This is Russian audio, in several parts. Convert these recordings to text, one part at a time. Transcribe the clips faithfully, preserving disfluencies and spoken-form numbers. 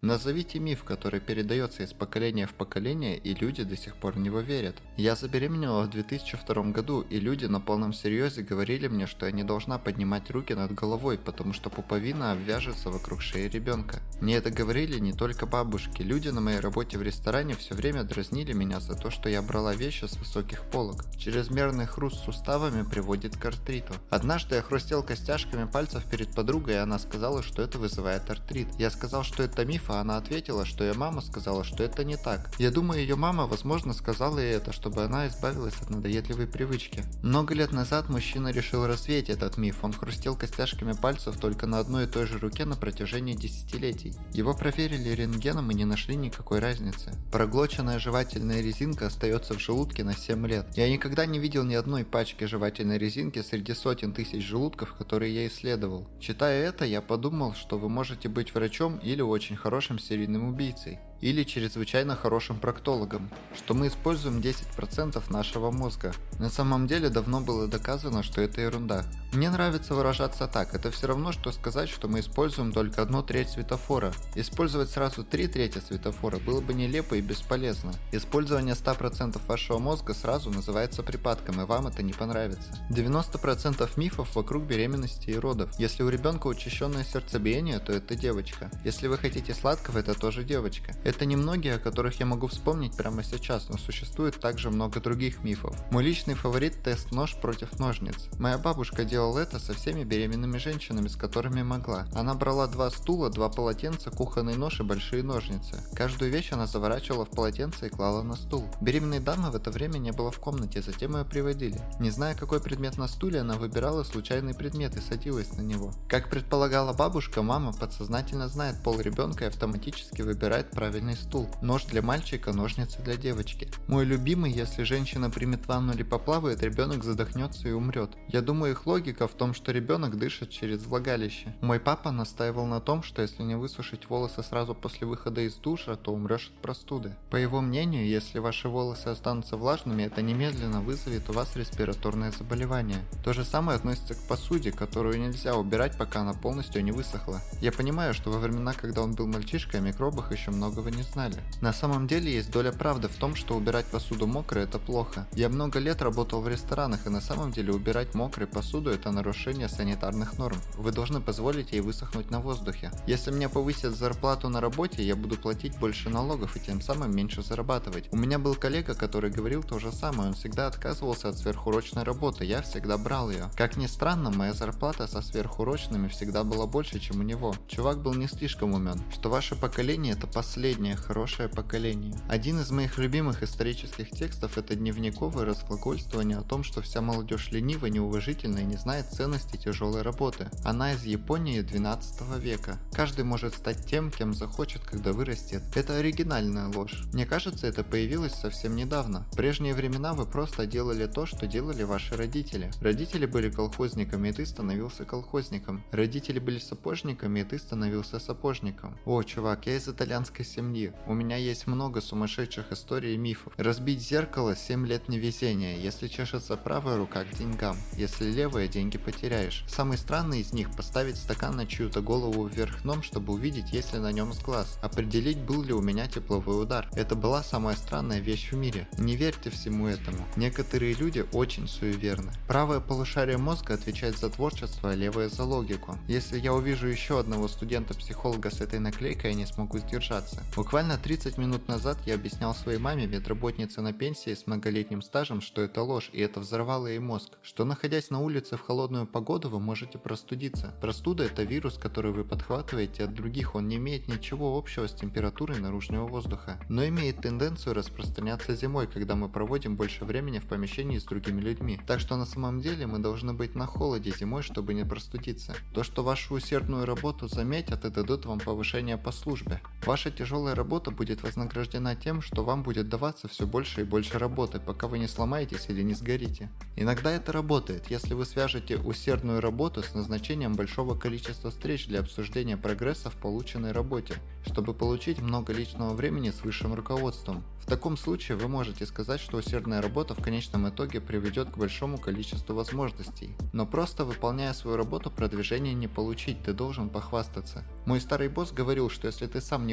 Назовите миф, который передается из поколения в поколение, и люди до сих пор в него верят. Я забеременела в две тысячи втором году, и люди на полном серьезе говорили мне, что я не должна поднимать руки над головой, потому что пуповина обвяжется вокруг шеи ребенка. Мне это говорили не только бабушки. Люди на моей работе в ресторане все время дразнили меня за то, что я брала вещи с высоких полок. Чрезмерный хруст суставами приводит к артриту. Однажды я хрустел костяшками пальцев перед подругой, и она сказала, что это вызывает артрит. Я сказал, что это миф, а она ответила, что ее мама сказала, что это не так. Я думаю, ее мама, возможно, сказала ей это, чтобы она избавилась от надоедливой привычки. Много лет назад мужчина решил развеять этот миф. Он хрустел костяшками пальцев только на одной и той же руке на протяжении десятилетий. Его проверили рентгеном и не нашли никакой разницы. Проглоченная жевательная резинка остается в желудке на семь лет. Я никогда не видел ни одной пачки жевательной резинки среди сотен тысяч желудков, которые я исследовал. Читая это, я подумал, что вы можете быть врачом или очень хорошим серийным убийцей, или чрезвычайно хорошим проктологом, что мы используем десять процентов нашего мозга. На самом деле давно было доказано, что это ерунда. Мне нравится выражаться так: это все равно, что сказать, что мы используем только одну треть светофора. Использовать сразу три трети светофора было бы нелепо и бесполезно. Использование ста процентов вашего мозга сразу называется припадком, и вам это не понравится. девяносто процентов мифов вокруг беременности и родов. Если у ребенка учащенное сердцебиение, то это девочка. Если вы хотите сладкого, это тоже девочка. Это немногие, о которых я могу вспомнить прямо сейчас, но существует также много других мифов. Мой личный фаворит – тест нож против ножниц. Моя бабушка делала это со всеми беременными женщинами, с которыми могла. Она брала два стула, два полотенца, кухонный нож и большие ножницы. Каждую вещь она заворачивала в полотенце и клала на стул. Беременной дамы в это время не было в комнате, затем ее приводили. Не зная, какой предмет на стуле, она выбирала случайный предмет и садилась на него. Как предполагала бабушка, мама подсознательно знает пол ребенка и автоматически выбирает правильный стул. Нож для мальчика, ножницы для девочки. Мой любимый: если женщина примет ванну или поплавает, ребенок задохнется и умрет. Я думаю, их логика в том, что ребенок дышит через влагалище. Мой папа настаивал на том, что если не высушить волосы сразу после выхода из душа, то умрешь от простуды. По его мнению, если ваши волосы останутся влажными, это немедленно вызовет у вас респираторное заболевание. То же самое относится к посуде, которую нельзя убирать, пока она полностью не высохла. Я понимаю, что во времена, когда он был мальчишкой, о микробах еще многого не знали. На самом деле есть доля правды в том, что убирать посуду мокрой – это плохо. Я много лет работал в ресторанах, и на самом деле убирать мокрой посуду – это нарушение санитарных норм. Вы должны позволить ей высохнуть на воздухе. Если мне повысят зарплату на работе, я буду платить больше налогов и тем самым меньше зарабатывать. У меня был коллега, который говорил то же самое. Он всегда отказывался от сверхурочной работы, я всегда брал ее. Как ни странно, моя зарплата со сверхурочными всегда была больше, чем у него. Чувак был не слишком умен. Что ваше поколение – это последнее хорошее поколение. Один из моих любимых исторических текстов – это дневниковое разглагольствование о том, что вся молодежь ленива, неуважительна и не знает ценности тяжелой работы. Она из Японии двенадцатого века. Каждый может стать тем, кем захочет, когда вырастет. Это оригинальная ложь. Мне кажется, это появилось совсем недавно. В прежние времена вы просто делали то, что делали ваши родители. Родители были колхозниками, и ты становился колхозником. Родители были сапожниками, и ты становился сапожником. О, чувак, я из итальянской семьи. У меня есть много сумасшедших историй и мифов. Разбить зеркало — семь лет невезения. Если чешется правая рука, к деньгам. Если левая, деньги потеряешь. Самый странный из них — поставить стакан на чью-то голову вверх дном, чтобы увидеть, есть ли на нем сглаз. Определить, был ли у меня тепловой удар. Это была самая странная вещь в мире. Не верьте всему этому. Некоторые люди очень суеверны. Правое полушарие мозга отвечает за творчество, а левое за логику. Если я увижу еще одного студента-психолога с этой наклейкой, я не смогу сдержаться. Буквально тридцать минут назад я объяснял своей маме, медработнице на пенсии с многолетним стажем, что это ложь, и это взорвало ей мозг. Что, находясь на улице в холодную погоду, вы можете простудиться. Простуда — это вирус, который вы подхватываете от других. Он не имеет ничего общего с температурой наружного воздуха, но имеет тенденцию распространяться зимой, когда мы проводим больше времени в помещении с другими людьми. Так что на самом деле мы должны быть на холоде зимой, чтобы не простудиться. То, что вашу усердную работу заметят и дадут вам повышение по службе. Ваша тяжелая работа будет вознаграждена тем, что вам будет даваться все больше и больше работы, пока вы не сломаетесь или не сгорите. Иногда это работает, если вы свяжете усердную работу с назначением большого количества встреч для обсуждения прогресса в полученной работе, чтобы получить много личного времени с высшим руководством. В таком случае вы можете сказать, что усердная работа в конечном итоге приведет к большому количеству возможностей. Но просто выполняя свою работу, продвижения не получить, ты должен похвастаться. Мой старый босс говорил, что если ты сам не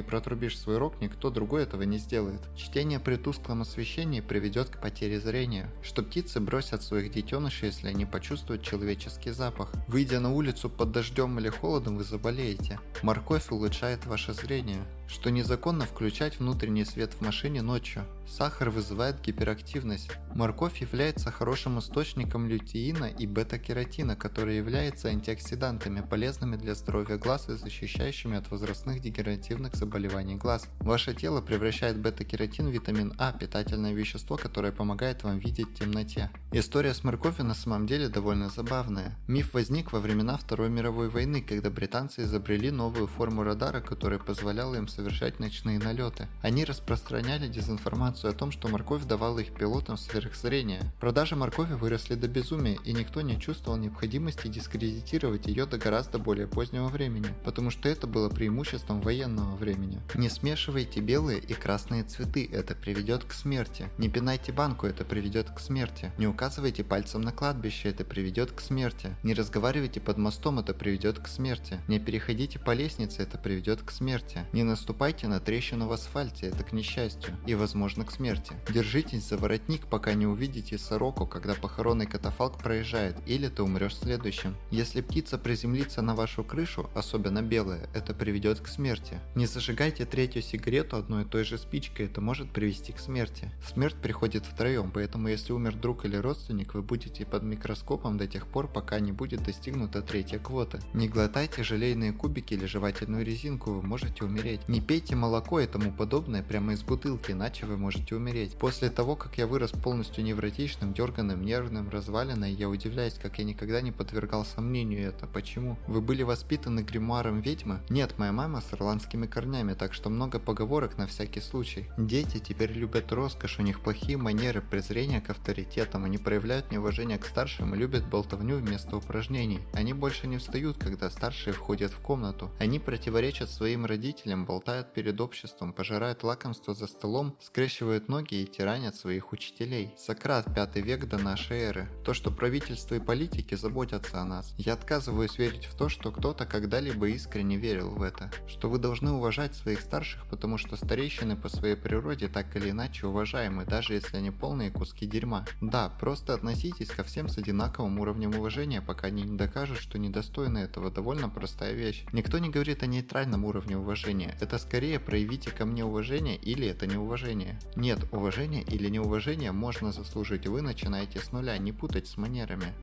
не протрубишь свой рог, никто другой этого не сделает. Чтение при тусклом освещении приведет к потере зрения. Что птицы бросят своих детенышей, если они почувствуют человеческий запах. Выйдя на улицу под дождем или холодом, вы заболеете. Морковь улучшает ваше зрение. Что незаконно включать внутренний свет в машине ночью. Сахар вызывает гиперактивность. Морковь является хорошим источником лютеина и бета-кератина, которые являются антиоксидантами, полезными для здоровья глаз и защищающими от возрастных дегенеративных заболеваний глаз. Ваше тело превращает бета-кератин в витамин А, питательное вещество, которое помогает вам видеть в темноте. История с морковью на самом деле довольно забавная. Миф возник во времена Второй мировой войны, когда британцы изобрели новую форму радара, которая позволяла им совершать ночные налеты. Они распространяли дезинформацию о том, что морковь давала их пилотам сверхзрение. Продажи моркови выросли до безумия, и никто не чувствовал необходимости дискредитировать ее до гораздо более позднего времени, потому что это было преимуществом военного времени. Не смешивайте белые и красные цветы, это приведет к смерти. Не пинайте банку, это приведет к смерти. Не указывайте пальцем на кладбище, это приведет к смерти. Не разговаривайте под мостом, это приведет к смерти. Не переходите по лестнице, это приведет к смерти. Не наступайте на трещину в асфальте, это к несчастью и, возможно, к смерти. Держитесь за воротник, пока не увидите сороку, когда похоронный катафалк проезжает, или ты умрешь следующим. Если птица приземлится на вашу крышу, особенно белая, это приведет к смерти. Не зажигайте третью сигарету одной и той же спичкой, это может привести к смерти. Смерть приходит втроем, поэтому если умер друг или родственник, вы будете под микроскопом до тех пор, пока не будет достигнута третья квота. Не глотайте желейные кубики или жевательную резинку, вы можете умереть. Не пейте молоко и тому подобное прямо из бутылки, иначе вы можете умереть. После того, как я вырос полностью невротичным, дерганым, нервным, разваленной, я удивляюсь, как я никогда не подвергал сомнению это. Почему? Вы были воспитаны гримуаром ведьмы? Нет, моя мама с ирландскими корнями, так что много поговорок на всякий случай. Дети теперь любят роскошь, у них плохие манеры, презрение к авторитетам, они проявляют неуважение к старшим и любят болтовню вместо упражнений. Они больше не встают, когда старшие входят в комнату. Они противоречат своим родителям, болтают перед обществом, пожирают лакомство за столом, скрещивают ноги и тиранят своих учителей. Сократ, пятый век до нашей эры. То, что правительство и политики заботятся о нас. Я отказываюсь верить в то, что кто-то когда-либо искренне верил в это. Что вы должны уважать своих старших, потому что старейшины по своей природе так или иначе уважаемы, даже если они полные куски дерьма. Да, просто относитесь ко всем с одинаковым уровнем уважения, пока они не докажут, что недостойны этого. Довольно простая вещь. Никто не говорит о нейтральном уровне уважения. Это скорее проявите ко мне уважение или это неуважение. Нет, уважение или неуважение можно заслужить, вы начинаете с нуля, не путать с манерами.